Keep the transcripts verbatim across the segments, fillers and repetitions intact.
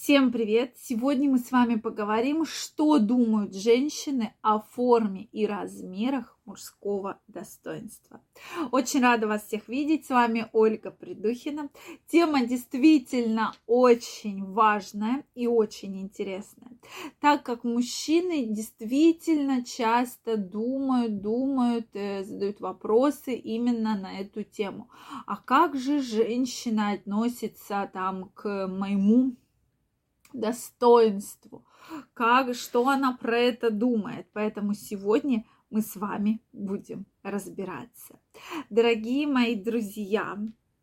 Всем привет! Сегодня мы с вами поговорим, что думают женщины о форме и размерах мужского достоинства. Очень рада вас всех видеть. С вами Ольга Придухина. Тема действительно очень важная и очень интересная, так как мужчины действительно часто думают, думают, задают вопросы именно на эту тему. А как же женщина относится там к моему достоинству, как, что она про это думает. Поэтому сегодня мы с вами будем разбираться. Дорогие мои друзья,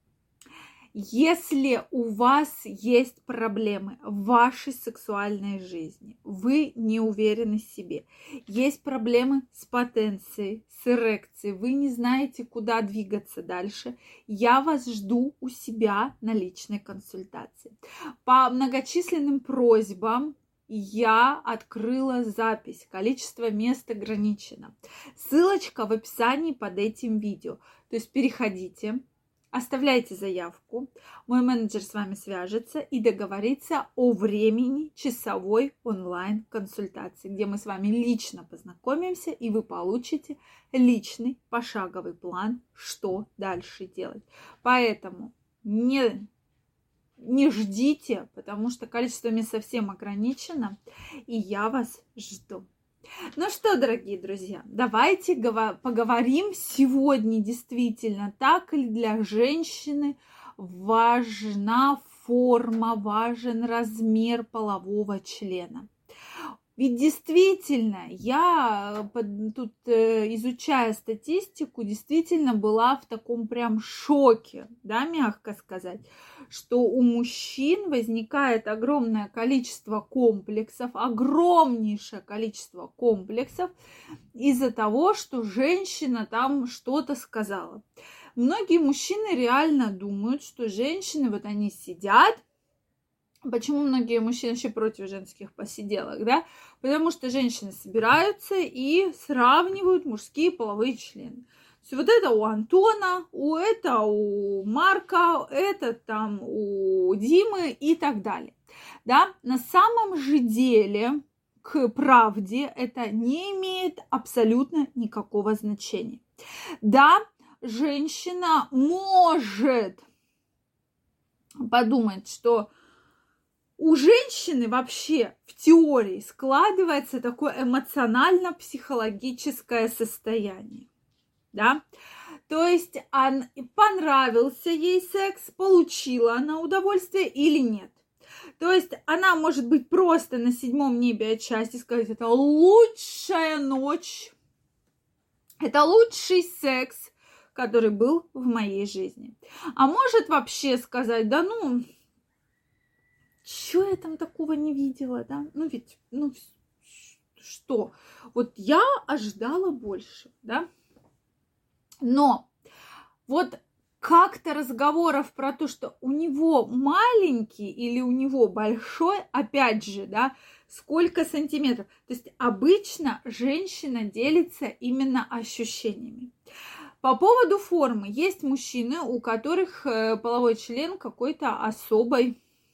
если у вас есть проблемы в вашей сексуальной жизни, вы не уверены в себе, есть проблемы с потенцией, с эрекцией, вы не знаете, куда двигаться дальше, я вас жду у себя на личной консультации. По многочисленным просьбам я открыла запись, количество мест ограничено. Ссылочка в описании под этим видео, то есть переходите. Оставляйте заявку, мой менеджер с вами свяжется и договорится о времени часовой онлайн-консультации, где мы с вами лично познакомимся и вы получите личный пошаговый план, что дальше делать. Поэтому не, не ждите, потому что количество мест совсем ограничено, и я вас жду. Ну что, дорогие друзья, давайте поговорим сегодня действительно, так ли для женщины важна форма, важен размер полового члена. Ведь действительно, я тут, изучая статистику, действительно была в таком прям шоке, да, мягко сказать, что у мужчин возникает огромное количество комплексов, огромнейшее количество комплексов из-за того, что женщина там что-то сказала. Многие мужчины реально думают, что женщины, вот они сидят. Почему многие мужчины вообще против женских посиделок, да? Потому что женщины собираются и сравнивают мужские половые члены. То есть вот это у Антона, у это у Марка, это там у Димы и так далее. Да? На самом же деле, к правде, это не имеет абсолютно никакого значения. Да, женщина может подумать, что у женщины вообще в теории складывается такое эмоционально-психологическое состояние, да, то есть он, понравился ей секс, получила она удовольствие или нет. То есть она может быть просто на седьмом небе от счастья, сказать, это лучшая ночь, это лучший секс, который был в моей жизни. А может вообще сказать, да ну... Чего я там такого не видела, да? Ну ведь, ну что? Вот я ожидала больше, да? Но вот как-то разговоров про то, что у него маленький или у него большой, опять же, да, сколько сантиметров. То есть обычно женщина делится именно ощущениями. По поводу формы. Есть мужчины, у которых половой член какой-то особой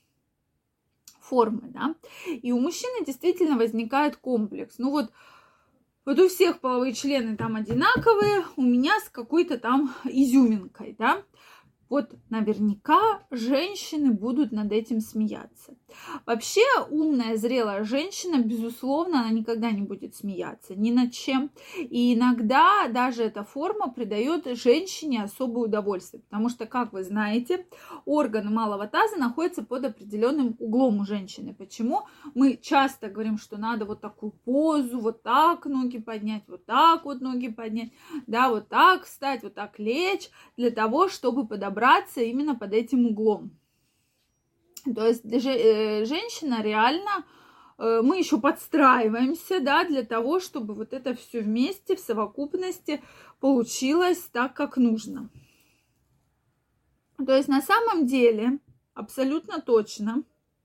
формы, да, и у мужчины действительно возникает комплекс. Ну вот, вот у всех половые члены там одинаковые, у меня с какой-то там изюминкой, да. Вот наверняка женщины будут над этим смеяться. Вообще умная, зрелая женщина, безусловно, она никогда не будет смеяться ни над чем. И иногда даже эта форма придает женщине особое удовольствие. Потому что, как вы знаете, органы малого таза находятся под определенным углом у женщины. Почему? Мы часто говорим, что надо вот такую позу, вот так ноги поднять, вот так вот ноги поднять, да, вот так встать, вот так лечь, для того, чтобы подобраться именно под этим углом. То есть женщина реально, мы еще подстраиваемся, да, для того, чтобы вот это все вместе в совокупности получилось так, как нужно. То есть на самом деле, абсолютно точно,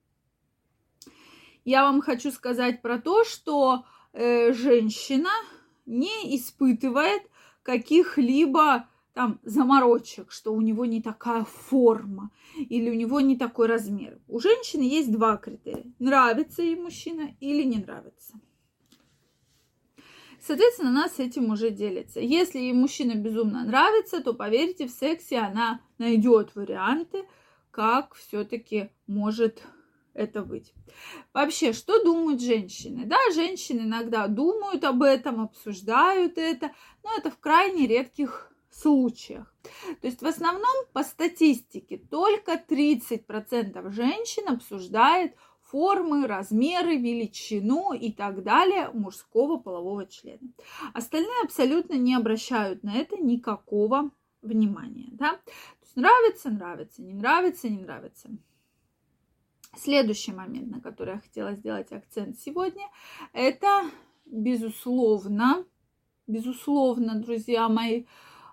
я вам хочу сказать про то, что женщина не испытывает каких-либо там заморочек, что у него не такая форма или у него не такой размер. У женщины есть два критерия. Нравится ей мужчина или не нравится. Соответственно, она с этим уже делится. Если ей мужчина безумно нравится, то, поверьте, в сексе она найдет варианты, как все-таки может это быть. Вообще, что думают женщины? Да, женщины иногда думают об этом, обсуждают это, но это в крайне редких случаях. То есть в основном по статистике только тридцать процентов женщин обсуждает формы, размеры, величину и так далее мужского полового члена. Остальные абсолютно не обращают на это никакого внимания. Да? То есть нравится, нравится, не нравится, не нравится. Следующий момент, на который я хотела сделать акцент сегодня, это, безусловно, безусловно, друзья мои,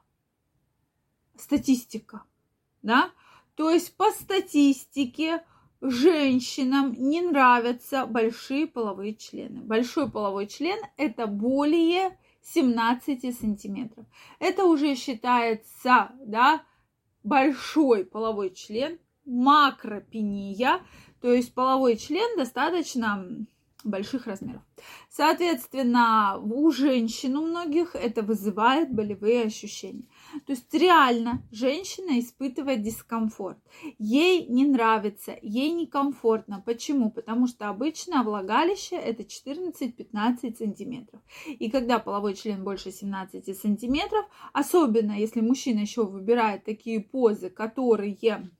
статистика. Да? То есть по статистике женщинам не нравятся большие половые члены. Большой половой член – это более семнадцати сантиметров. Это уже считается, да, большой половой член, макропения, то есть половой член достаточно больших размеров. Соответственно, у женщин у многих это вызывает болевые ощущения. То есть реально женщина испытывает дискомфорт. Ей не нравится, ей некомфортно. Почему? Потому что обычно влагалище это четырнадцать-пятнадцать сантиметров. И когда половой член больше семнадцати сантиметров, особенно если мужчина еще выбирает такие позы, которые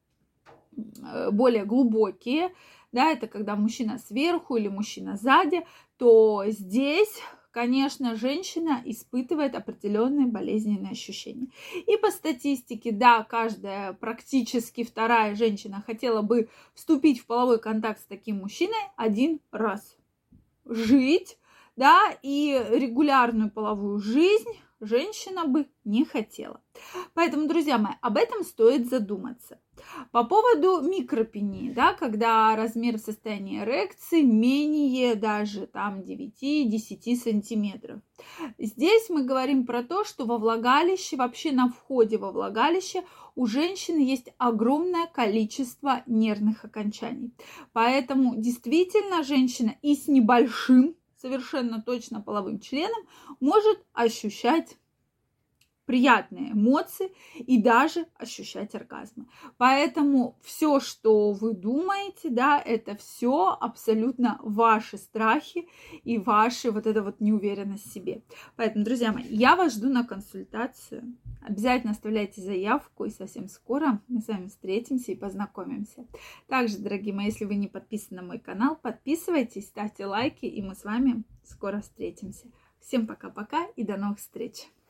более глубокие, да, это когда мужчина сверху или мужчина сзади, то здесь, конечно, женщина испытывает определенные болезненные ощущения. И по статистике, да, каждая практически вторая женщина хотела бы вступить в половой контакт с таким мужчиной один раз. Жить, да, и регулярную половую жизнь женщина бы не хотела. Поэтому, друзья мои, об этом стоит задуматься. По поводу микропении, да, когда размер в состоянии эрекции менее даже там девяти-десяти сантиметров. Здесь мы говорим про то, что во влагалище, вообще на входе во влагалище у женщины есть огромное количество нервных окончаний. Поэтому действительно женщина и с небольшим, совершенно точно половым членом может ощущать приятные эмоции и даже ощущать оргазмы. Поэтому все, что вы думаете, да, это все абсолютно ваши страхи и ваши вот эта вот неуверенность в себе. Поэтому, друзья мои, я вас жду на консультацию. Обязательно оставляйте заявку, и совсем скоро мы с вами встретимся и познакомимся. Также, дорогие мои, если вы не подписаны на мой канал, подписывайтесь, ставьте лайки, и мы с вами скоро встретимся. Всем пока-пока и до новых встреч!